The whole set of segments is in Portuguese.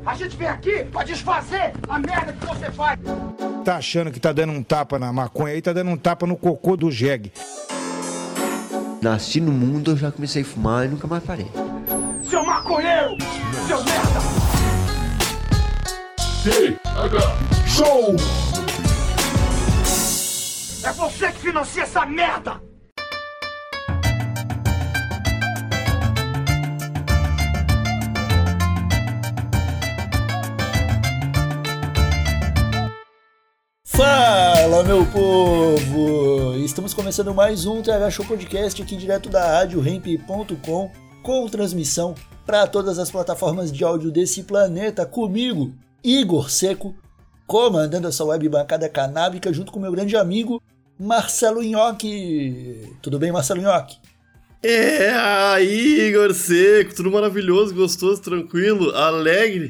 A gente vem aqui pra desfazer a merda que você faz. Tá achando que tá dando um tapa na maconha aí, tá dando um tapa no cocô do jegue. Nasci no mundo, eu já comecei a fumar e nunca mais parei. Seu maconheiro! Seu merda! Show! É você que financia essa merda! Fala, meu povo! Estamos começando mais um TH Show Podcast aqui direto da rádio Hemp.com, com transmissão para todas as plataformas de áudio desse planeta, comigo, Igor Seco, comandando essa web bancada canábica junto com meu grande amigo Marcelo Nhoque. Tudo bem, Marcelo Nhoque? Aí, Igor Seco, tudo maravilhoso, gostoso, tranquilo, alegre.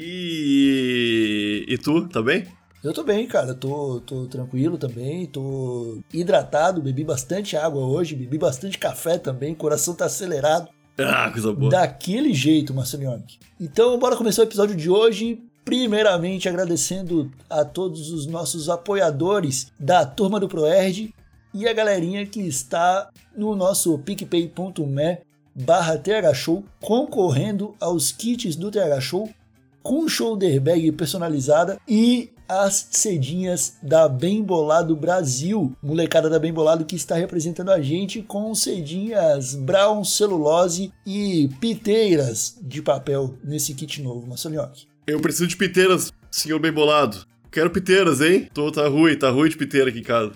E tu, tá bem? Eu tô bem, cara, tô tranquilo também, tô hidratado, bebi bastante água hoje, bebi bastante café também, coração tá acelerado. Ah, coisa boa. Daquele jeito, Marcelo Nhoque. Então, bora começar o episódio de hoje, primeiramente agradecendo a todos os nossos apoiadores da Turma do ProErd e a galerinha que está no nosso picpay.me/THShow concorrendo aos kits do TH Show com shoulder bag personalizada e as cedinhas da Bem Bolado Brasil, molecada da Bem Bolado que está representando a gente com cedinhas Brown Celulose e piteiras de papel nesse kit novo, Marcelo Nhoque. Eu preciso de piteiras, senhor Bem Bolado. Quero piteiras, hein? Tá ruim de piteira aqui em casa.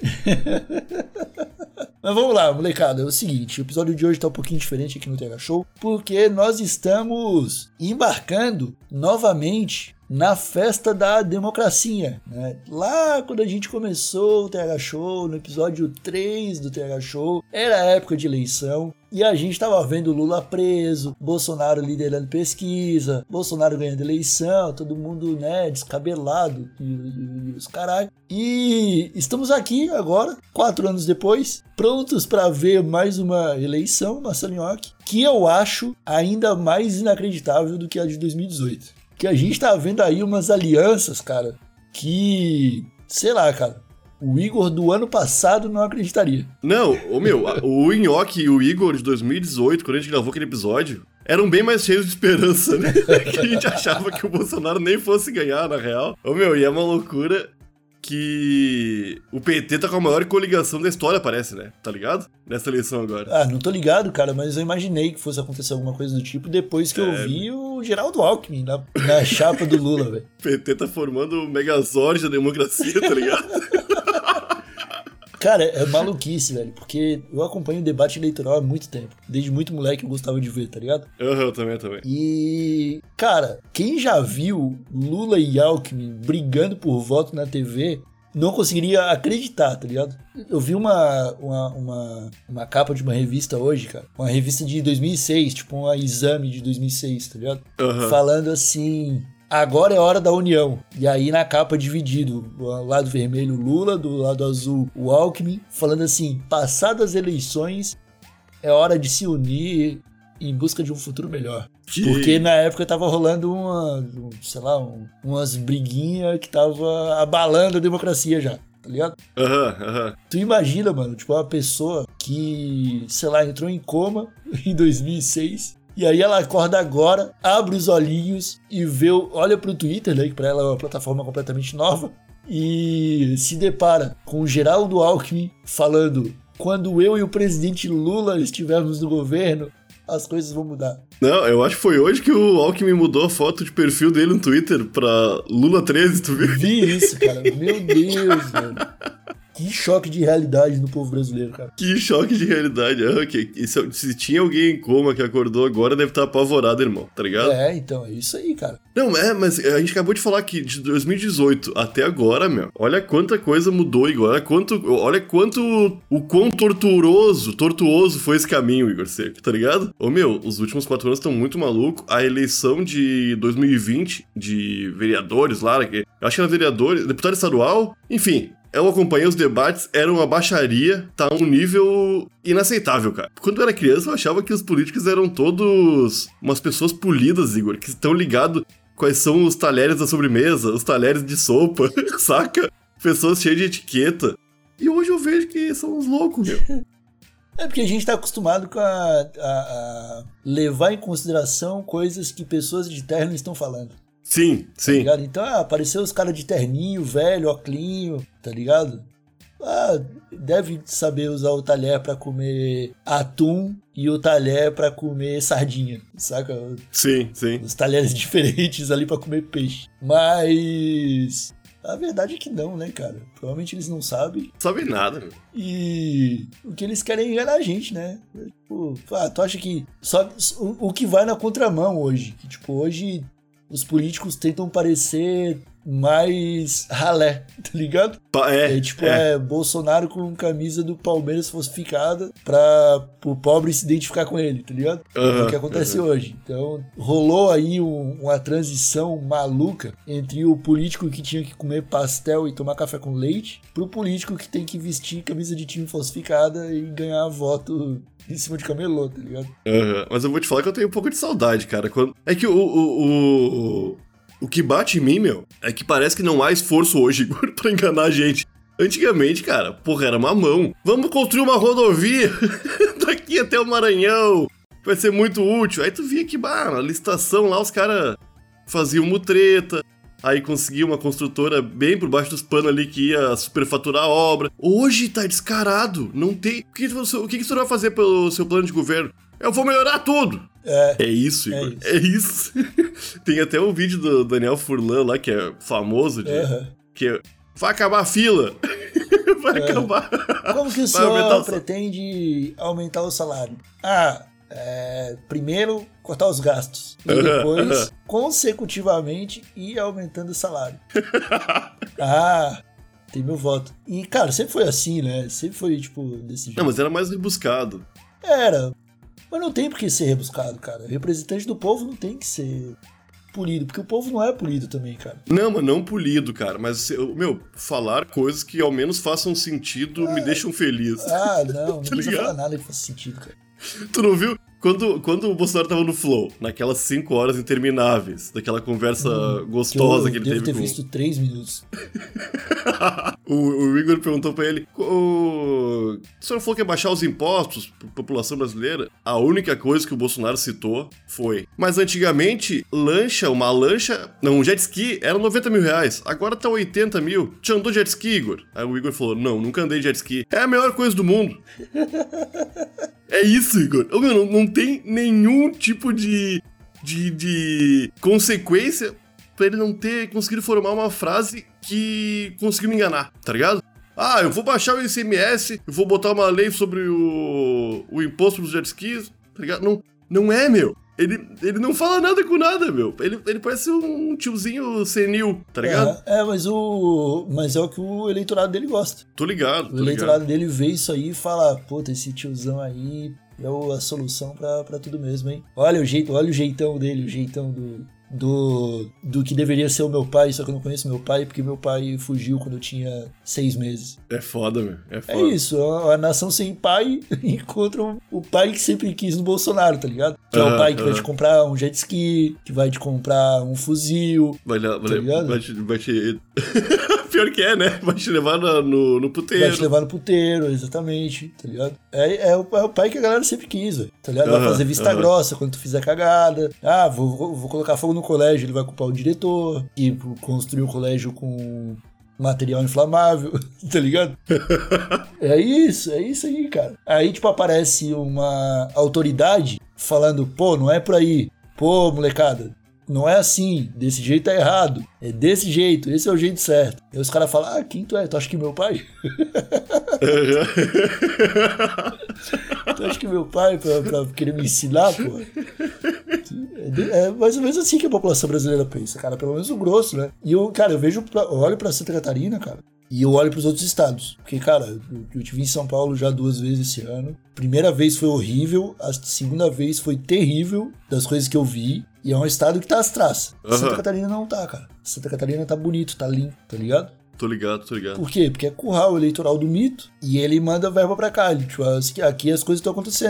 Mas vamos lá, molecada, é o seguinte, o episódio de hoje tá um pouquinho diferente aqui no TH Show, porque nós estamos embarcando novamente na festa da democracia, né? Lá quando a gente começou o TH Show, no episódio 3 do TH Show, era época de eleição, e a gente tava vendo Lula preso, Bolsonaro liderando pesquisa, Bolsonaro ganhando eleição, todo mundo, né, descabelado e os caralho. E estamos aqui agora, 4 anos depois, prontos para ver mais uma eleição, Marcelo Nhoque, que eu acho ainda mais inacreditável do que a de 2018. Que a gente tá vendo aí umas alianças, cara, que, sei lá, cara, o Igor do ano passado não acreditaria. Não, o Nhoque e o Igor de 2018, quando a gente gravou aquele episódio, eram bem mais cheios de esperança, né? Que a gente achava que o Bolsonaro nem fosse ganhar, na real. E é uma loucura que o PT tá com a maior coligação da história, parece, né? Tá ligado? Nessa eleição agora. Ah, não tô ligado, cara, mas eu imaginei que fosse acontecer alguma coisa do tipo depois que eu vi o Geraldo Alckmin na chapa do Lula, velho. O PT tá formando o Megazord da democracia, tá ligado? Cara, é maluquice, velho, porque eu acompanho o debate eleitoral há muito tempo. Desde muito moleque eu gostava de ver, tá ligado? Eu também. E, cara, quem já viu Lula e Alckmin brigando por voto na TV não conseguiria acreditar, tá ligado? Eu vi uma capa de uma revista hoje, cara. Uma revista de 2006, tipo uma Exame de 2006, tá ligado? Falando assim: agora é hora da união. E aí na capa dividido, do lado vermelho o Lula, do lado azul o Alckmin, falando assim: passadas as eleições, é hora de se unir em busca de um futuro melhor. Porque na época tava rolando umas briguinhas que tava abalando a democracia já, tá ligado? Tu imagina, mano, tipo, uma pessoa que, sei lá, entrou em coma em 2006... E aí ela acorda agora, abre os olhinhos e olha pro Twitter, né, que pra ela é uma plataforma completamente nova, e se depara com o Geraldo Alckmin falando: quando eu e o presidente Lula estivermos no governo, as coisas vão mudar. Não, eu acho que foi hoje que o Alckmin mudou a foto de perfil dele no Twitter pra Lula 13, tu viu? Vi isso, cara. Meu Deus, velho. Que choque de realidade no povo brasileiro, cara. Que choque de realidade. Okay. Se tinha alguém em coma que acordou agora, deve estar apavorado, irmão, tá ligado? É, então, é isso aí, cara. Não, mas a gente acabou de falar que de 2018 até agora, meu, olha quanta coisa mudou, Igor. Olha quanto o quão tortuoso foi esse caminho, Igor Seco, tá ligado? Os últimos 4 anos estão muito malucos. A eleição de 2020 de vereadores lá, eu acho que era vereadores, deputado estadual, enfim... Eu acompanhei os debates, era uma baixaria, tá a um nível inaceitável, cara. Quando eu era criança, eu achava que os políticos eram todos umas pessoas polidas, Igor, que estão ligados quais são os talheres da sobremesa, os talheres de sopa, saca? Pessoas cheias de etiqueta. E hoje eu vejo que são uns loucos, meu. É porque a gente tá acostumado com a levar em consideração coisas que pessoas de terno estão falando. Sim, sim. Tá ligado? Então, apareceu os caras de terninho, velho, oclinho, tá ligado? Deve saber usar o talher pra comer atum e o talher pra comer sardinha, saca? Sim, sim. Os talheres diferentes ali pra comer peixe. Mas a verdade é que não, né, cara? Provavelmente eles não sabem. Sabem nada, meu. E o que eles querem é enganar a gente, né? Tipo, tu acha que só o que vai na contramão hoje? Que, tipo, hoje os políticos tentam parecer mais ralé, tá ligado? Bolsonaro com camisa do Palmeiras falsificada pra o pobre se identificar com ele, tá ligado? É o que acontece hoje. Então, rolou aí uma transição maluca entre o político que tinha que comer pastel e tomar café com leite pro político que tem que vestir camisa de time falsificada e ganhar voto em cima de camelô, tá ligado? Mas eu vou te falar que eu tenho um pouco de saudade, cara. É que o que bate em mim, meu, é que parece que não há esforço hoje pra enganar a gente. Antigamente, cara, porra, era uma mão. Vamos construir uma rodovia daqui até o Maranhão. Vai ser muito útil. Aí tu via que, na licitação lá os caras faziam mutreta. Aí conseguia uma construtora bem por baixo dos panos ali que ia superfaturar a obra. Hoje tá descarado. Não tem... O que você vai fazer pelo seu plano de governo? Eu vou melhorar tudo. É isso, Igor. É isso. Tem até um vídeo do Daniel Furlan lá, que é famoso, que vai acabar a fila. Vai acabar. Como que o senhor pretende aumentar o salário? Primeiro, cortar os gastos. E depois, consecutivamente, ir aumentando o salário. Tem meu voto. E, cara, sempre foi assim, né? Sempre foi, tipo, desse jeito. Não, mas era mais rebuscado. Era. Mas não tem por que ser rebuscado, cara. O representante do povo não tem que ser polido, porque o povo não é polido também, cara. Não, mas não polido, cara. Mas, falar coisas que ao menos façam sentido me deixam feliz. Não precisa falar nada que faça sentido, cara. Tu não viu? Quando o Bolsonaro tava no Flow, naquelas 5 horas intermináveis, daquela conversa gostosa que ele teve com... Eu devo ter visto 3 minutos. o Igor perguntou pra ele, o senhor falou que ia baixar os impostos pra população brasileira? A única coisa que o Bolsonaro citou foi, mas antigamente, um jet ski era 90 mil reais, agora tá 80 mil. Tu andou jet ski, Igor? Aí o Igor falou, não, nunca andei jet ski. É a melhor coisa do mundo. É isso, Igor. Não tem nenhum tipo de consequência pra ele não ter conseguido formar uma frase que conseguiu me enganar, tá ligado? Eu vou baixar o ICMS, eu vou botar uma lei sobre o imposto dos jet skis, tá ligado? Não é, meu. Ele não fala nada com nada, meu. Ele parece um tiozinho senil, tá ligado? Mas é o que o eleitorado dele gosta. Tô ligado. O eleitorado dele vê isso aí e fala, puta, esse tiozão aí é a solução pra tudo mesmo, hein? Olha o jeitão dele, o jeitão do que deveria ser o meu pai, só que eu não conheço meu pai, porque meu pai fugiu quando eu tinha 6 meses. É foda, meu. É foda. É isso, a nação sem pai encontra o pai que sempre quis no Bolsonaro, tá ligado? Que é o pai que vai te comprar um jet ski, que vai te comprar um fuzil, tá ligado? Vai te... Pior que é, né? Vai te levar no puteiro. Vai te levar no puteiro, exatamente, tá ligado? É o pai que a galera sempre quis, velho, tá ligado? Vai fazer vista grossa quando tu fizer cagada. Vou colocar fogo no colégio, ele vai culpar o diretor, que construiu o colégio com material inflamável, tá ligado? É isso aí, cara. Aí, tipo, aparece uma autoridade falando, pô, não é por aí. Pô, molecada, não é assim, desse jeito tá errado. É desse jeito, esse é o jeito certo. Aí os caras falam, quem tu é? Tu acha que meu pai? Tu acha que meu pai pra querer me ensinar, pô? É mais ou menos assim que a população brasileira pensa, cara. Pelo menos o grosso, né? E eu olho pra Santa Catarina, cara, e eu olho pros outros estados. Porque, cara, eu tive em São Paulo já 2 vezes esse ano. Primeira vez foi horrível, a segunda vez foi terrível das coisas que eu vi. E é um estado que tá às traças. Santa Catarina não tá, cara. Santa Catarina tá bonito, tá limpo, tá ligado? Tô ligado. Por quê? Porque é curral eleitoral do mito e ele manda verba pra cá. Tipo, aqui as coisas estão acontecendo, mano.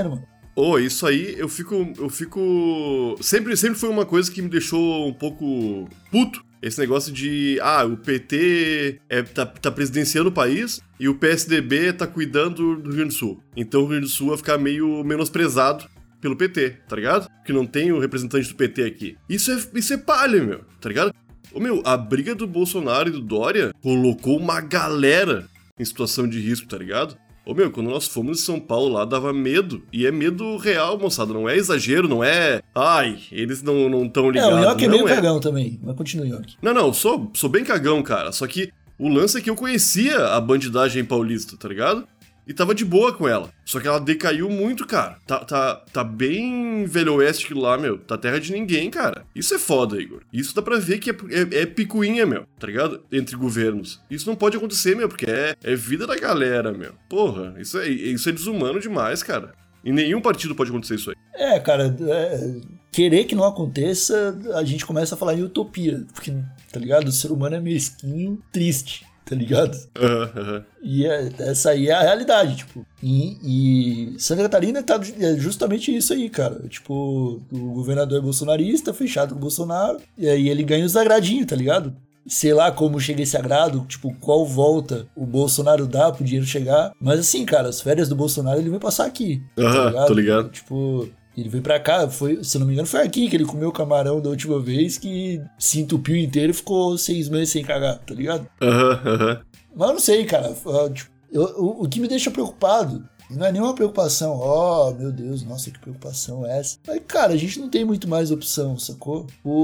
Isso aí, eu fico... Sempre foi uma coisa que me deixou um pouco puto. Esse negócio de, o PT tá presidenciando o país e o PSDB tá cuidando do Rio Grande do Sul. Então o Rio Grande do Sul vai ficar meio menosprezado pelo PT, tá ligado? Porque não tem o representante do PT aqui. Isso é palha, meu, tá ligado? A briga do Bolsonaro e do Dória colocou uma galera em situação de risco, tá ligado? Quando nós fomos em São Paulo lá, dava medo. E é medo real, moçada. Não é exagero, não é... eles não tão ligados. O Nhoque é meio cagão também. Mas continua, Nhoque. Não, sou bem cagão, cara. Só que o lance é que eu conhecia a bandidagem paulista, tá ligado? E tava de boa com ela. Só que ela decaiu muito, cara. Tá bem velho oeste aquilo lá, meu. Tá terra de ninguém, cara. Isso é foda, Igor. Isso dá pra ver que é picuinha, meu. Tá ligado? Entre governos. Isso não pode acontecer, meu. Porque é vida da galera, meu. Porra, isso é desumano demais, cara. Em nenhum partido pode acontecer isso aí. Cara, querer que não aconteça, a gente começa a falar em utopia. Porque, tá ligado? O ser humano é mesquinho, triste. Tá ligado? E essa aí é a realidade, tipo. E Santa Catarina tá justamente isso aí, cara. Tipo, o governador é bolsonarista, fechado com o Bolsonaro, e aí ele ganha os agradinhos, tá ligado? Sei lá como chega esse agrado, tipo, qual volta o Bolsonaro dá pro dinheiro chegar. Mas assim, cara, as férias do Bolsonaro ele vai passar aqui. Tá ligado? Tô ligado. Tipo... Ele veio pra cá, se não me engano, foi aqui que ele comeu camarão da última vez, que se entupiu inteiro e ficou 6 meses sem cagar, tá ligado? Mas eu não sei, cara. O que me deixa preocupado não é nenhuma preocupação. Meu Deus, nossa, que preocupação é essa? Mas, cara, a gente não tem muito mais opção, sacou?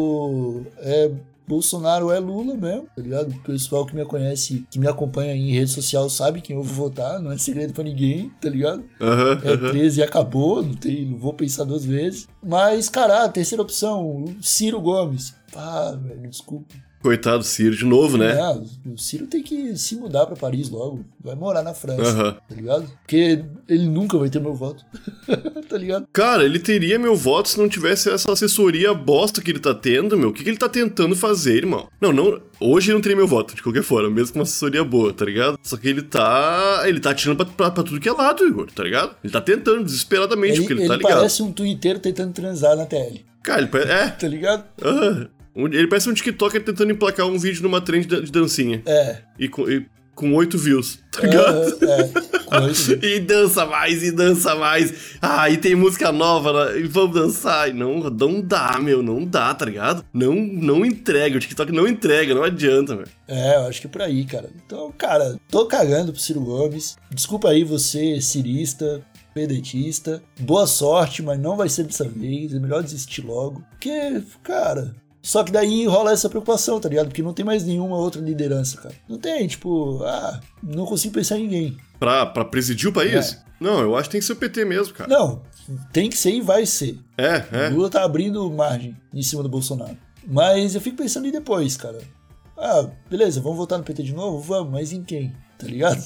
Bolsonaro é Lula mesmo, tá ligado? O pessoal que me conhece, que me acompanha em rede social sabe quem eu vou votar, não é segredo pra ninguém, tá ligado? 13 e acabou, não vou pensar 2 vezes. Mas, cara, a terceira opção, Ciro Gomes. Velho, desculpa. Coitado do Ciro, de novo, né? O Ciro tem que se mudar pra Paris logo. Vai morar na França, tá ligado? Porque ele nunca vai ter meu voto. Tá ligado? Cara, ele teria meu voto se não tivesse essa assessoria bosta que ele tá tendo, meu. O que ele tá tentando fazer, irmão? Não, hoje ele não teria meu voto, de qualquer forma, mesmo com uma assessoria boa, tá ligado? Só que ele tá atirando pra tudo que é lado, Igor, tá ligado? Ele tá tentando desesperadamente, porque ele tá ligado. Ele parece um twitteiro tentando transar na TL. Cara, ele parece... Tá ligado? Ele parece um TikToker tentando emplacar um vídeo numa trend de dancinha. E com 8 views, tá ligado? Com 8 views. E dança mais. E tem música nova, e vamos dançar. Não dá, meu, não dá, tá ligado? Não entrega, o TikTok não entrega, não adianta, velho. Eu acho que é por aí, cara. Então, cara, tô cagando pro Ciro Gomes. Desculpa aí você, cirista, pedetista. Boa sorte, mas não vai ser dessa vez. É melhor desistir logo. Porque, cara... Só que daí rola essa preocupação, tá ligado? Porque não tem mais nenhuma outra liderança, cara. Não tem, tipo, não consigo pensar em ninguém. Pra presidir o país? Não, eu acho que tem que ser o PT mesmo, cara. Não, tem que ser e vai ser. O Lula tá abrindo margem em cima do Bolsonaro. Mas eu fico pensando em depois, cara. Beleza, vamos votar no PT de novo? Vamos, mas em quem? Tá ligado?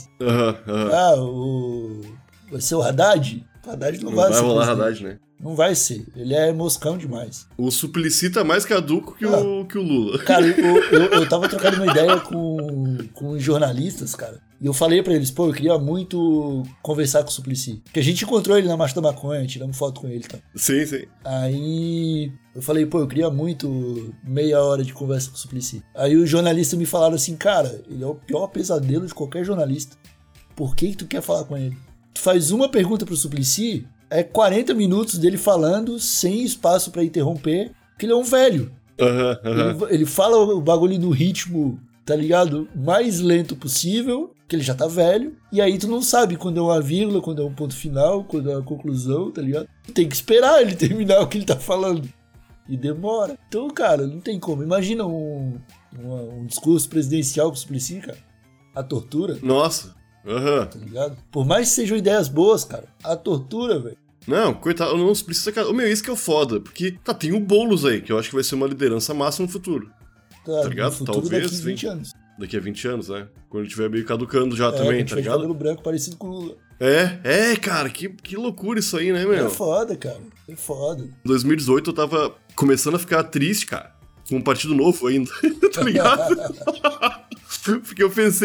Vai ser o Haddad? O Haddad não vai ser. Vai rolar Haddad, né? Não vai ser. Ele é moscão demais. O Suplicy tá mais caduco que o Lula. Cara, eu tava trocando uma ideia com jornalistas, cara. E eu falei pra eles, eu queria muito conversar com o Suplicy. Porque a gente encontrou ele na Marcha da Maconha, tiramos foto com ele, tá? Sim. Aí eu falei, eu queria muito meia hora de conversa com o Suplicy. Aí os jornalistas me falaram assim, cara, ele é o pior pesadelo de qualquer jornalista. Por que tu quer falar com ele? Tu faz uma pergunta pro Suplicy... 40 minutos dele falando, sem espaço pra interromper, porque ele é um velho. Ele fala o bagulho no ritmo, tá ligado? Mais lento possível, que ele já tá velho. E aí tu não sabe quando é uma vírgula, quando é um ponto final, quando é uma conclusão, tá ligado? Tem que esperar ele terminar o que ele tá falando. E demora. Então, cara, não tem como. Imagina um discurso presidencial com o Suplicy, cara. A tortura. Nossa. Tá ligado? Por mais que sejam ideias boas, cara, a tortura, velho. Não, coitado, não precisa. Isso que é o foda, porque tem o Boulos aí, que eu acho que vai ser uma liderança massa no futuro. Tá ligado? No futuro, talvez. Daqui a 20 anos. Daqui a 20 anos, né? Quando ele estiver meio caducando já também, tá ligado? Cabelo branco parecido com o Lula. Cara, que loucura isso aí, né, meu? É foda, cara. É foda. Em 2018 eu tava começando a ficar triste, cara. Com um partido novo ainda, tá ligado? Porque eu pensei.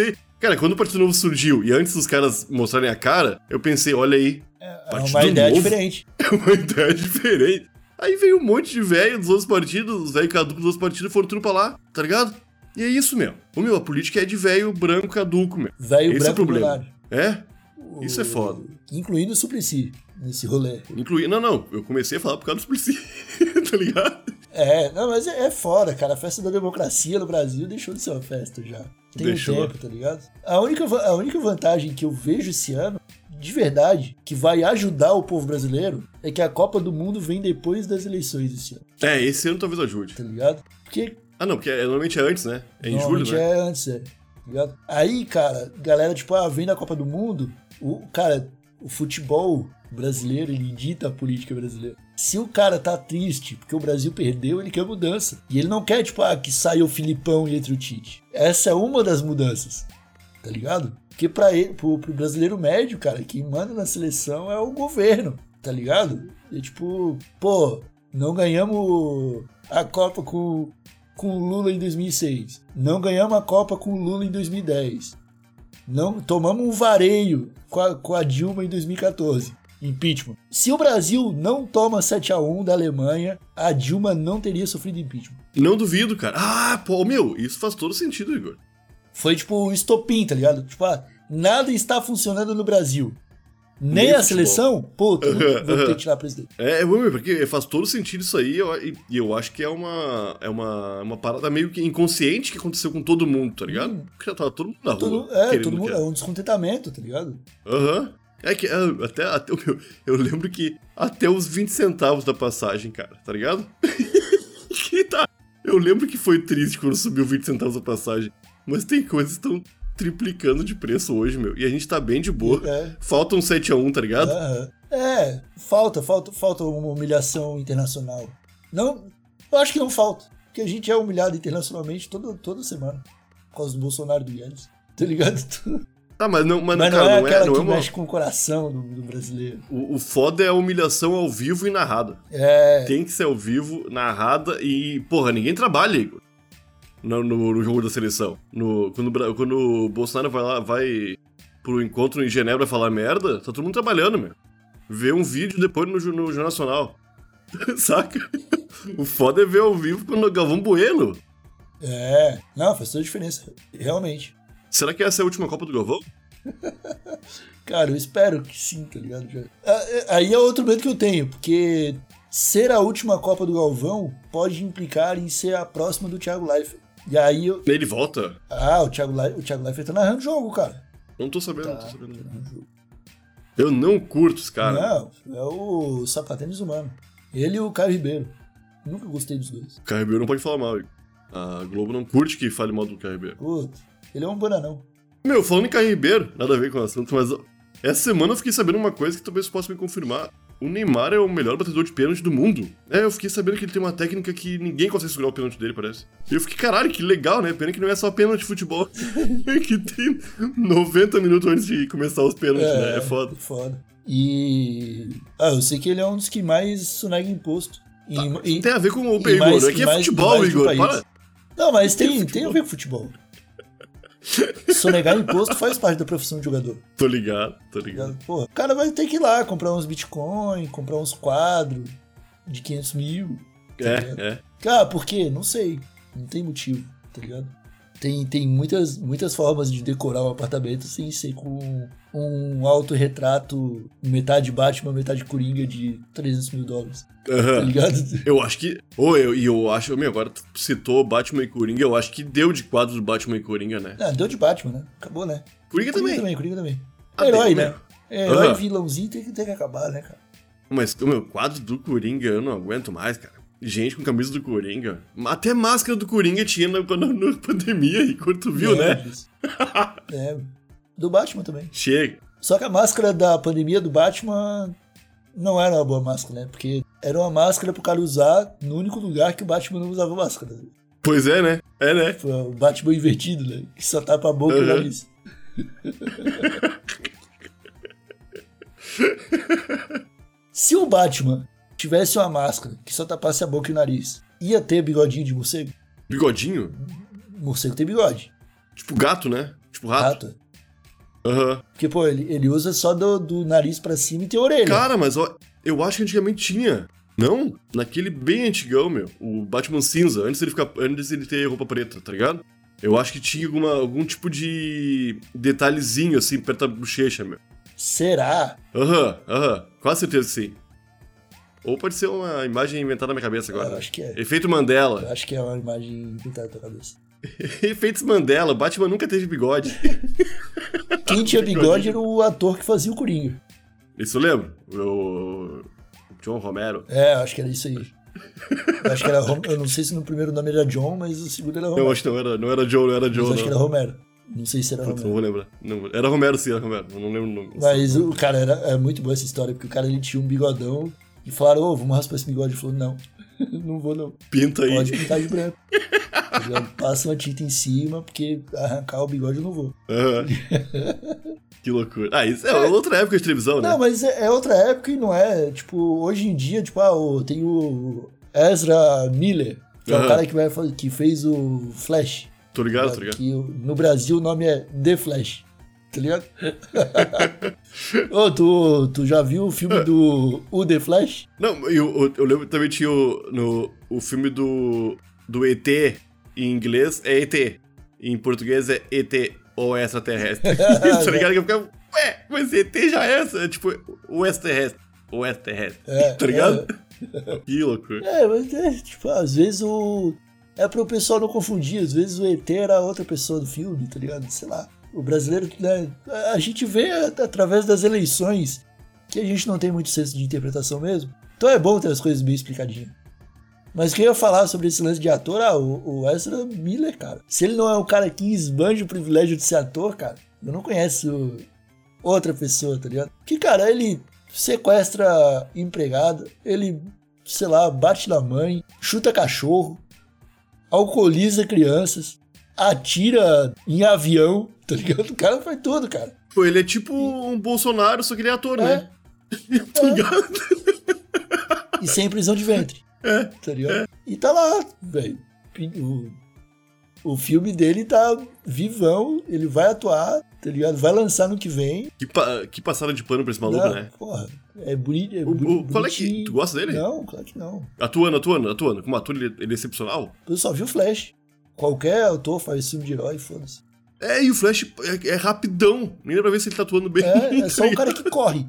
Cara, quando o Partido Novo surgiu e antes dos caras mostrarem a cara, eu pensei, olha aí. É uma ideia diferente. É uma ideia diferente. Aí veio um monte de velho dos outros partidos, os velhos caducos dos outros partidos foram tudo pra lá, tá ligado? E é isso, meu. A política é de velho branco caduco, meu. Velho Esse branco é o problema. milionário. É? Isso é foda. Incluindo o Suplicy nesse rolê. Não. Eu comecei a falar por causa do Suplicy, tá ligado? Não, mas é foda, cara. A festa da democracia no Brasil deixou de ser uma festa já. Tem um tempo, tá ligado? A única vantagem que eu vejo esse ano, de verdade, que vai ajudar o povo brasileiro, é que a Copa do Mundo vem depois das eleições esse ano. Esse ano talvez ajude. Tá ligado? Porque... não, porque normalmente é antes, né? É em julho, né? Normalmente é antes, tá ligado? Aí, cara, galera, tipo, vem da Copa do Mundo, o futebol brasileiro, ele dita a política brasileira. Se o cara tá triste porque o Brasil perdeu, ele quer mudança. E ele não quer, tipo, que saia o Filipão e entre o Tite. Essa é uma das mudanças, tá ligado? Porque pra ele, pro brasileiro médio, cara, quem manda na seleção é o governo, tá ligado? E tipo, não ganhamos a Copa com o Lula em 2006. Não ganhamos a Copa com o Lula em 2010. Não, tomamos um vareio com a Dilma em 2014. Impeachment. Se o Brasil não toma 7-1 da Alemanha, a Dilma não teria sofrido impeachment. Não duvido, cara. Isso faz todo sentido, Igor. Foi tipo um estopim, tá ligado? Tipo, nada está funcionando no Brasil. Nem a seleção, vou ter que tirar a presidente. Porque faz todo sentido isso aí, e eu acho que é uma parada meio que inconsciente que aconteceu com todo mundo, tá ligado? Porque já tava todo mundo na rua. Todo mundo, é um descontentamento, tá ligado? É que eu lembro que até os 20 centavos da passagem, cara, tá ligado? Eu lembro que foi triste quando subiu 20 centavos da passagem, mas tem coisas que estão triplicando de preço hoje, meu. E a gente tá bem de boa. Falta um 7-1, tá ligado? Falta uma humilhação internacional. Não, eu acho que não falta. Porque a gente é humilhado internacionalmente toda semana. Por causa do Bolsonaro e do Guedes. Tá ligado? Mas não é aquela que mexe com o coração do brasileiro. O foda é a humilhação ao vivo e narrada. Tem que ser ao vivo, narrada e, porra, ninguém trabalha, Igor. No jogo da seleção. Quando o Bolsonaro vai pro encontro em Genebra falar merda, tá todo mundo trabalhando, meu. Vê um vídeo depois no Jornal Nacional. Saca? O foda é ver ao vivo com o Galvão Bueno. Não, faz toda a diferença. Realmente. Será que essa é a última Copa do Galvão? Cara, eu espero que sim, tá ligado? Aí é outro medo que eu tenho, porque ser a última Copa do Galvão pode implicar em ser a próxima do Thiago Leifert. E aí Ele volta? O Thiago Leifert tá narrando o jogo, cara. Não tô sabendo, Eu não curto os caras. Não, é o sapatênis humano. Ele e o Caio Ribeiro. Nunca gostei dos dois. O Caio Ribeiro não pode falar mal. A Globo não curte que fale mal do Caio Ribeiro. Puta, ele é um bananão. Falando em Caio Ribeiro, nada a ver com o assunto, mas essa semana eu fiquei sabendo uma coisa que talvez possa me confirmar. O Neymar é o melhor batedor de pênalti do mundo. Eu fiquei sabendo que ele tem uma técnica que ninguém consegue segurar o pênalti dele, parece. E eu fiquei, caralho, que legal, né? Pena que não é só pênalti de futebol. Que tem 90 minutos antes de começar os pênaltis, né? É foda. Foda. E... eu sei que ele é um dos que mais sonega imposto. Tem a ver com o Igor. Aqui é futebol, Igor. Para. Não, mas tem a ver com futebol. Sonegar imposto faz parte da profissão de jogador. Tô ligado. Porra, o cara vai ter que ir lá comprar uns Bitcoin, comprar uns quadros de 500 mil. Cara, por quê? Não sei. Não tem motivo, tá ligado? Tem muitas formas de decorar um apartamento sem ser com um autorretrato metade Batman, metade Coringa de $300 mil. Tá ligado? Eu acho que... eu acho... agora tu citou Batman e Coringa, eu acho que deu de quadro do Batman e Coringa, né? Deu de Batman, né? Acabou, né? Coringa também. Herói, né? Herói e vilãozinho tem que acabar, né, cara? Mas o meu quadro do Coringa eu não aguento mais, cara. Gente com camisa do Coringa. Até máscara do Coringa tinha na pandemia, Igor, tu viu, né? Do Batman também. Chega. Só que a máscara da pandemia do Batman não era uma boa máscara, né? Porque era uma máscara pro cara usar no único lugar que o Batman não usava máscara. Pois é, né? Foi o Batman invertido, né? Que só tapa a boca e o nariz. Se o Batman tivesse uma máscara que só tapasse a boca e o nariz, ia ter bigodinho de morcego? Bigodinho? Morcego tem bigode. Tipo gato, né? Tipo rato. Aham. Porque, pô, ele usa só do nariz pra cima e tem orelha. Cara, mas ó, eu acho que antigamente tinha. Não? Naquele bem antigão, meu. O Batman cinza, antes ele ter roupa preta, tá ligado? Eu acho que tinha algum tipo de detalhezinho, assim, perto da bochecha, meu. Será? Aham. Quase certeza que sim. Ou pode ser uma imagem inventada na minha cabeça agora. Eu acho que é. Efeito Mandela. Eu acho que é uma imagem pintada na tua cabeça. Efeitos Mandela. O Batman nunca teve bigode. Quem tinha bigode era o ator que fazia o Coringa. Isso eu lembro. O John Romero. É, eu acho que era isso aí. Eu acho que era eu não sei se no primeiro nome era John, mas o segundo era Romero. Eu acho que não era John, Mas acho que era Romero. Não sei se era Putz, Romero. não vou lembrar. Não, era Romero, sim, era Romero. Eu não lembro o nome. Mas o cara é muito boa essa história, porque o cara ele tinha um bigodão e falaram, vamos raspar esse bigode. Ele falou, não, não vou não. Pinta aí. Pode pintar de branco. Passa uma tinta em cima, porque arrancar o bigode eu não vou. Que loucura. Ah, isso é outra época de televisão, né? Não, mas é outra época e não é, tipo, hoje em dia, tipo, tem o Ezra Miller, que é o cara que fez o Flash. Tô ligado. Que no Brasil o nome é The Flash, tá ligado? Tu já viu o filme do The Flash? Não, eu lembro que também tinha o filme do ET, em inglês é ET, em português é ET, ou extraterrestre. Tá ligado? Que eu ficava, mas ET já é tipo, o extraterrestre. Tá ligado? Que loucura. Mas tipo, às vezes é pro pessoal não confundir, às vezes o ET era outra pessoa do filme, tá ligado? Sei lá. O brasileiro, né, a gente vê através das eleições que a gente não tem muito senso de interpretação mesmo. Então é bom ter as coisas bem explicadinhas. Mas quem ia falar sobre esse lance de ator, o Ezra Miller, cara. Se ele não é o cara que esbanja o privilégio de ser ator, cara, eu não conheço outra pessoa, tá ligado? Que, cara, ele sequestra empregada, ele, sei lá, bate na mãe, chuta cachorro, alcooliza crianças, atira em avião, tá ligado? O cara faz tudo, cara. Pô, ele é tipo um Bolsonaro, só que ele é ator, né? Tá ligado? E sem prisão de ventre. Tá ligado? E tá lá, velho. O filme dele tá vivão, ele vai atuar, tá ligado? Vai lançar no que vem. Que passada de pano pra esse maluco, né? Porra, é bonito. Qual é que... Tu gosta dele? Não, claro que não. Atuando. Como ator, ele é excepcional. Eu só vi o Flash. Qualquer autor faz filme de herói, foda-se. E o Flash é rapidão. Nem dá pra ver se ele tá atuando bem. É só um cara que corre.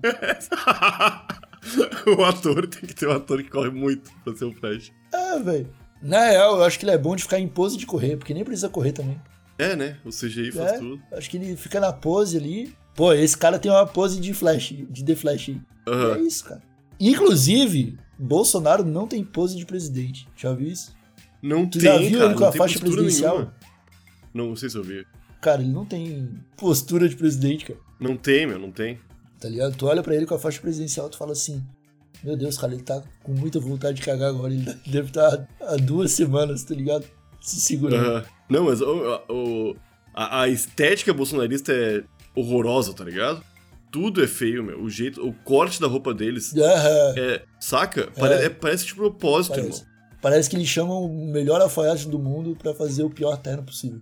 O ator tem que ter um ator que corre muito pra ser o Flash. Velho. Na real, eu acho que ele é bom de ficar em pose de correr, porque nem precisa correr também. Né? O CGI faz tudo. Acho que ele fica na pose ali. Pô, esse cara tem uma pose de Flash, de The Flash. É isso, cara. Inclusive, Bolsonaro não tem pose de presidente. Já viu isso? Não tu tem, já viu cara, ele com a faixa presidencial? Nenhuma. Não sei se eu vi. Cara, ele não tem postura de presidente, cara. Não tem, não tem. Tá ligado? Tu olha pra ele com a faixa presidencial, tu fala assim, meu Deus, cara, ele tá com muita vontade de cagar agora, ele deve estar há 2 semanas, tá ligado? Se segurando. Não, mas a estética bolsonarista é horrorosa, tá ligado? Tudo é feio, meu. O corte da roupa deles saca? Parece de propósito, irmão. Parece que eles chamam o melhor alfaiate do mundo pra fazer o pior terno possível.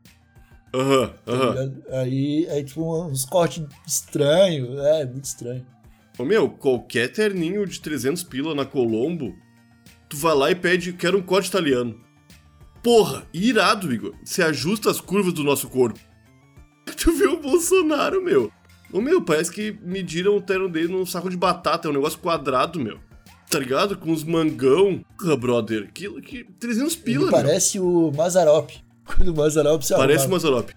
Aí é tipo uns cortes estranhos, muito estranho. Meu, qualquer terninho de 300 pila na Colombo, tu vai lá e pede, quero um corte italiano. Porra, irado, Igor. Você ajusta as curvas do nosso corpo. Tu vê o Bolsonaro, meu. Parece que mediram o terno dele num saco de batata, é um negócio quadrado, meu. Tá ligado? Com uns mangão. Brother, que 300 pila, ele parece o Mazzaropi. Quando o Mazzaropi se parece o Mazzaropi.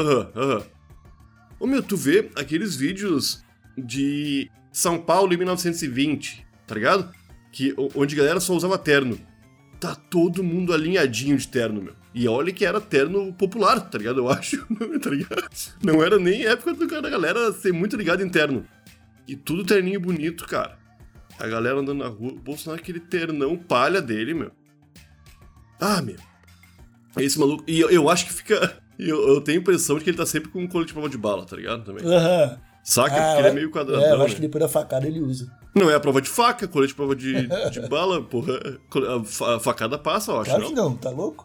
Tu vê aqueles vídeos de São Paulo em 1920, tá ligado? Onde a galera só usava terno. Tá todo mundo alinhadinho de terno, meu. E olha que era terno popular, tá ligado? Eu acho, tá ligado? Não era nem época da galera ser muito ligada em terno. E tudo terninho bonito, cara. A galera andando na rua, o Bolsonaro aquele ternão palha dele, meu. Meu. Esse maluco... E eu acho que fica... Eu tenho a impressão de que ele tá sempre com um colete de prova de bala, tá ligado? Também. Saca? Porque ele é meio quadradão. Eu acho que depois da facada ele usa. Não é a prova de faca, colete de prova de bala, porra. A facada passa, eu acho. Claro que não, tá louco?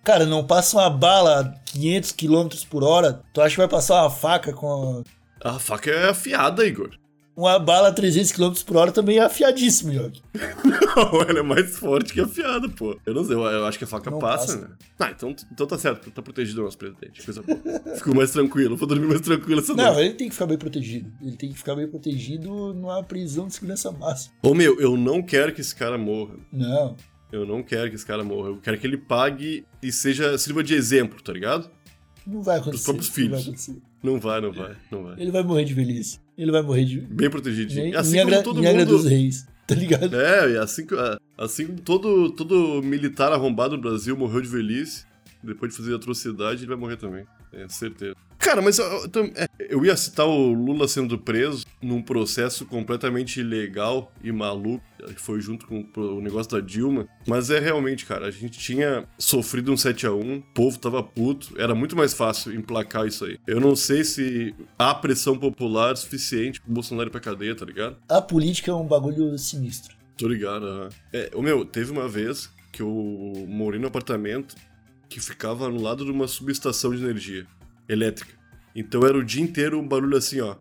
Cara, não passa uma bala a 500 km por hora, tu acha que vai passar uma faca com... A faca é afiada, Igor. Uma bala a 300 km por hora também é afiadíssimo, Yogi. Não, ela é mais forte que afiada, pô. Eu não sei, eu acho que a faca Não passa, né? Ah, então tá certo, tá protegido o nosso presidente. Coisa boa. Fico mais tranquilo, vou dormir mais tranquilo essa Não, noite. ele tem que ficar bem protegido. Ele tem que ficar bem protegido numa prisão de segurança máxima. Ô meu, eu não quero que esse cara morra. Não. Eu não quero que esse cara morra. Eu quero que ele pague e sirva de exemplo, tá ligado? Não vai acontecer. Dos próprios Não filhos. vai acontecer. Não vai. Ele vai morrer de velhice. Ele vai morrer de... Bem protegidinho. Em Assim como todo Angra dos mundo... Reis, tá ligado? É, e assim como todo militar arrombado no Brasil morreu de velhice, depois de fazer atrocidade, ele vai morrer também. É, certeza. Cara, mas eu ia citar o Lula sendo preso num processo completamente ilegal e maluco, que foi junto com o negócio da Dilma, mas é realmente, cara, a gente tinha sofrido um 7-1, o povo tava puto, era muito mais fácil emplacar isso aí. Eu não sei se há pressão popular suficiente pro Bolsonaro ir pra cadeia, tá ligado? A política é um bagulho sinistro. Tô ligado, aham. Teve uma vez que eu morei num apartamento que ficava no lado de uma subestação de energia elétrica. Então era o dia inteiro um barulho assim, ó.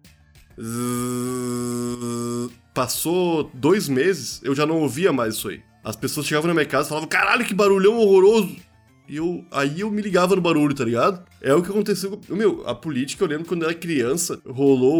Passou 2 meses, eu já não ouvia mais isso aí. As pessoas chegavam na minha casa e falavam, caralho, que barulhão horroroso. E aí eu me ligava no barulho, tá ligado? É o que aconteceu. A política, eu lembro quando eu era criança, rolou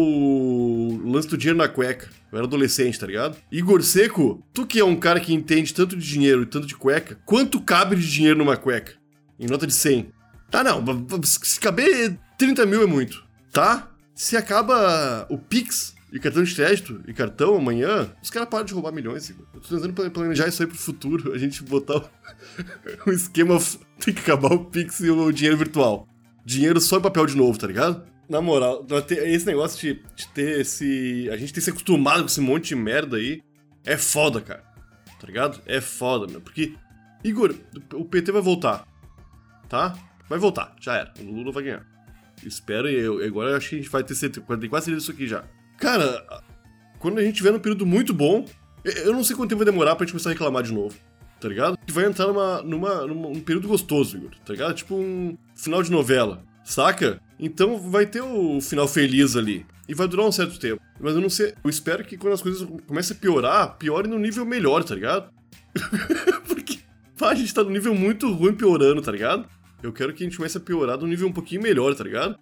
o lance do dinheiro na cueca. Eu era adolescente, tá ligado? Igor Seco, tu que é um cara que entende tanto de dinheiro e tanto de cueca, quanto cabe de dinheiro numa cueca? Em nota de 100. Tá, não, se caber 30 mil é muito, tá? Se acaba o Pix e cartão de crédito e cartão amanhã, os caras param de roubar milhões, Igor. Eu tô tentando planejar isso aí pro futuro, a gente botar um esquema, tem que acabar o Pix e o dinheiro virtual. Dinheiro só em papel de novo, tá ligado? Na moral, esse negócio de ter esse... A gente ter se acostumado com esse monte de merda aí, é foda, cara. Tá ligado? É foda, meu. Porque, Igor, o PT vai voltar. Tá? Vai voltar, já era. O Lula vai ganhar. Espero, e agora eu acho que a gente vai ter certeza. Tem quase certeza disso aqui já. Cara, quando a gente tiver num período muito bom, eu não sei quanto tempo vai demorar pra gente começar a reclamar de novo. Tá ligado? Que vai entrar num período gostoso, Igor. Tá ligado? Tipo um final de novela. Saca? Então vai ter o final feliz ali. E vai durar um certo tempo. Mas eu não sei. Eu espero que quando as coisas comecem a piorar, piore num nível melhor, tá ligado? Porque a gente tá num nível muito ruim piorando, tá ligado? Eu quero que a gente comece a piorar num nível um pouquinho melhor, tá ligado?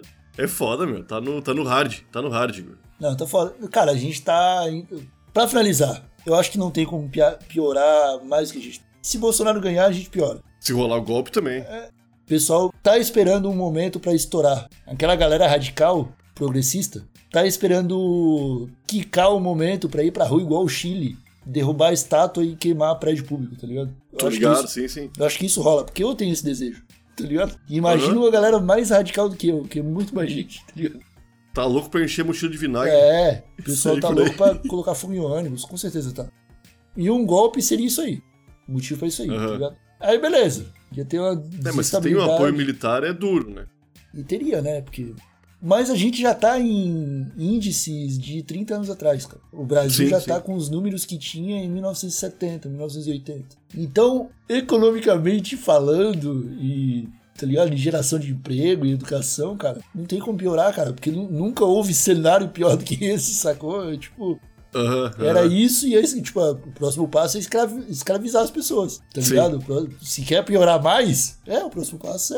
É foda, meu. Tá no hard. Tá no hard, meu. Não, tá foda. Cara, a gente tá... Pra finalizar, eu acho que não tem como piorar mais do que a gente... Se Bolsonaro ganhar, a gente piora. Se rolar o golpe também. O pessoal tá esperando um momento pra estourar. Aquela galera radical, progressista, tá esperando quicar o momento pra ir pra rua igual o Chile, derrubar a estátua e queimar prédio público, tá ligado? Tô ligado, sim. Eu acho que isso rola, porque eu tenho esse desejo, tá ligado? E imagina uma galera mais radical do que eu, que é muito mais gente, tá ligado? Tá louco pra encher a mochila de vinagre. É, o pessoal tá por aí. louco pra colocar fogo em ônibus, com certeza tá. E um golpe seria isso aí. O motivo pra isso aí, tá ligado? Aí beleza, ia ter uma mas se tem um apoio militar, é duro, né? E teria, né? Porque... Mas a gente já tá em índices de 30 anos atrás, cara. O Brasil já tá com os números que tinha em 1970, 1980. Então, economicamente falando, e, tá ligado? Em geração de emprego e educação, cara, não tem como piorar, cara. Porque nunca houve cenário pior do que esse, sacou? Tipo... Era isso e esse, tipo, o próximo passo é escravizar as pessoas, tá ligado? Se quer piorar mais, o próximo passo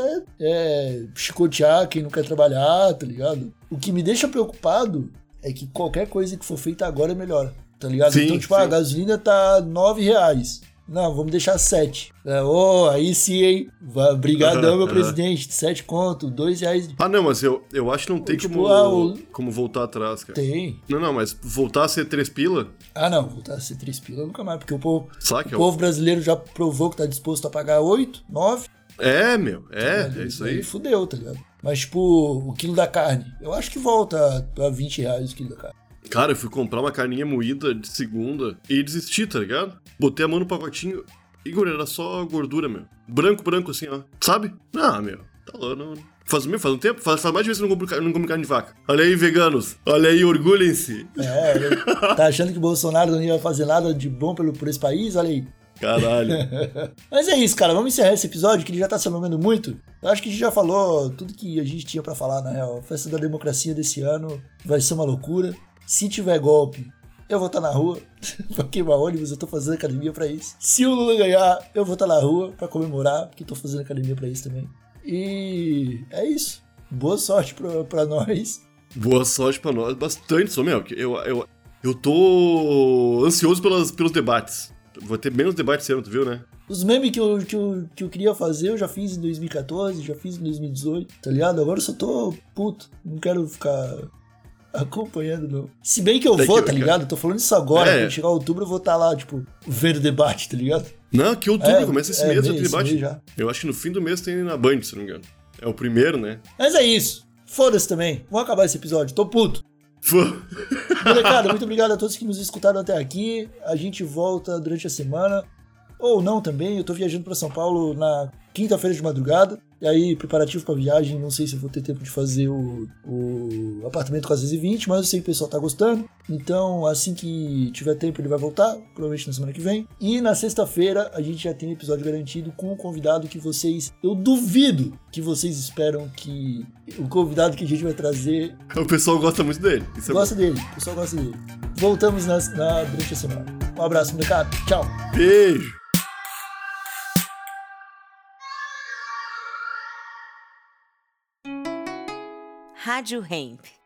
é chicotear quem não quer trabalhar, tá ligado? O que me deixa preocupado é que qualquer coisa que for feita agora melhora, tá ligado? Então, tipo, a gasolina tá R$9. Não, vamos deixar 7. Aí sim, hein? Brigadão, meu presidente. 7 conto, R$2. Ah, não, mas eu acho que não tem como voltar atrás, cara. Tem. Não, mas voltar a ser 3 pila? Ah, não, voltar a ser 3 pila nunca mais, porque o povo brasileiro já provou que tá disposto a pagar 8, 9. É, meu, é isso aí. Fudeu, tá ligado? Mas, tipo, o quilo da carne, eu acho que volta pra R$20 o quilo da carne. Cara, eu fui comprar uma carninha moída de segunda e desisti, tá ligado? Botei a mão no pacotinho. Igor, era só gordura, meu. Branco assim, ó. Sabe? Ah, meu. Tá louco. Faz um tempo? Faz mais de vez que eu não compro carne de vaca. Olha aí, veganos. Olha aí, orgulhem-se. Tá achando que o Bolsonaro não ia fazer nada de bom por esse país? Olha aí. Caralho. Mas é isso, cara. Vamos encerrar esse episódio, que ele já tá se alongando muito. Eu acho que a gente já falou tudo que a gente tinha pra falar, na real. A festa da democracia desse ano vai ser uma loucura. Se tiver golpe, eu vou estar na rua pra queimar ônibus, eu tô fazendo academia pra isso. Se o Lula ganhar, eu vou estar na rua pra comemorar, porque tô fazendo academia pra isso também. E é isso. Boa sorte pra nós. Boa sorte pra nós. Bastante, só, meu. Eu tô ansioso pelos debates. Vai ter menos debate esse ano, tu viu, né? Os memes que eu queria fazer, eu já fiz em 2014, já fiz em 2018, tá ligado? Agora eu só tô puto. Não quero ficar acompanhando, não. Se bem que eu vou, tá ligado? Eu tô falando isso agora. Quando chegar outubro, eu vou estar lá, tipo, vendo debate, tá ligado? Não, que outubro começa esse mês, já tem debate. Já. Eu acho que no fim do mês tem na Band, se não me engano. É o primeiro, né? Mas é isso. Foda-se também. Vamos acabar esse episódio. Tô puto. Molecada, muito obrigado a todos que nos escutaram até aqui. A gente volta durante a semana. Ou não também. Eu tô viajando pra São Paulo na quinta-feira de madrugada. E aí, preparativo pra viagem. Não sei se eu vou ter tempo de fazer o apartamento com as 20, mas eu sei que o pessoal tá gostando. Então, assim que tiver tempo, ele vai voltar. Provavelmente na semana que vem. E na sexta-feira, a gente já tem um episódio garantido com um convidado que vocês... Eu duvido que vocês esperam que o convidado que a gente vai trazer... O pessoal gosta muito dele. Isso gosta dele. O pessoal gosta dele. Voltamos durante a semana. Um abraço, molecada. Tchau. Beijo. Rádio Hemp.